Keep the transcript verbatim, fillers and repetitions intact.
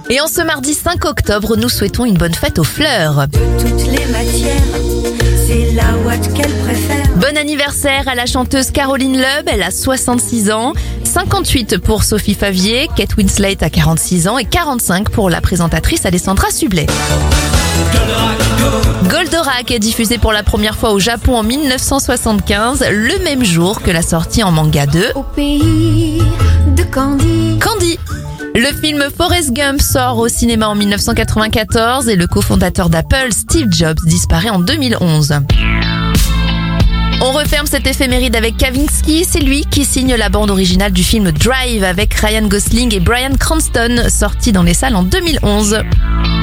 Et en ce mardi cinq octobre, nous souhaitons une bonne fête aux fleurs. De toutes les matières, c'est la ouate qu'elle préfère. Bon anniversaire à la chanteuse Caroline Loeb, elle a soixante-six ans. cinquante-huit pour Sophie Favier, Kate Winslet a quarante-six ans et quarante-cinq pour la présentatrice Alessandra Sublet. Goldorak est diffusé pour la première fois au Japon en dix-neuf cent soixante-quinze, le même jour que la sortie en manga de Au pays de Candy. Candy. Le film Forrest Gump sort au cinéma en dix-neuf cent quatre-vingt-quatorze et le cofondateur d'Apple, Steve Jobs, disparaît en deux mille onze. On referme cette éphéméride avec Kavinsky, c'est lui qui signe la bande originale du film Drive avec Ryan Gosling et Bryan Cranston, sorti dans les salles en deux mille onze.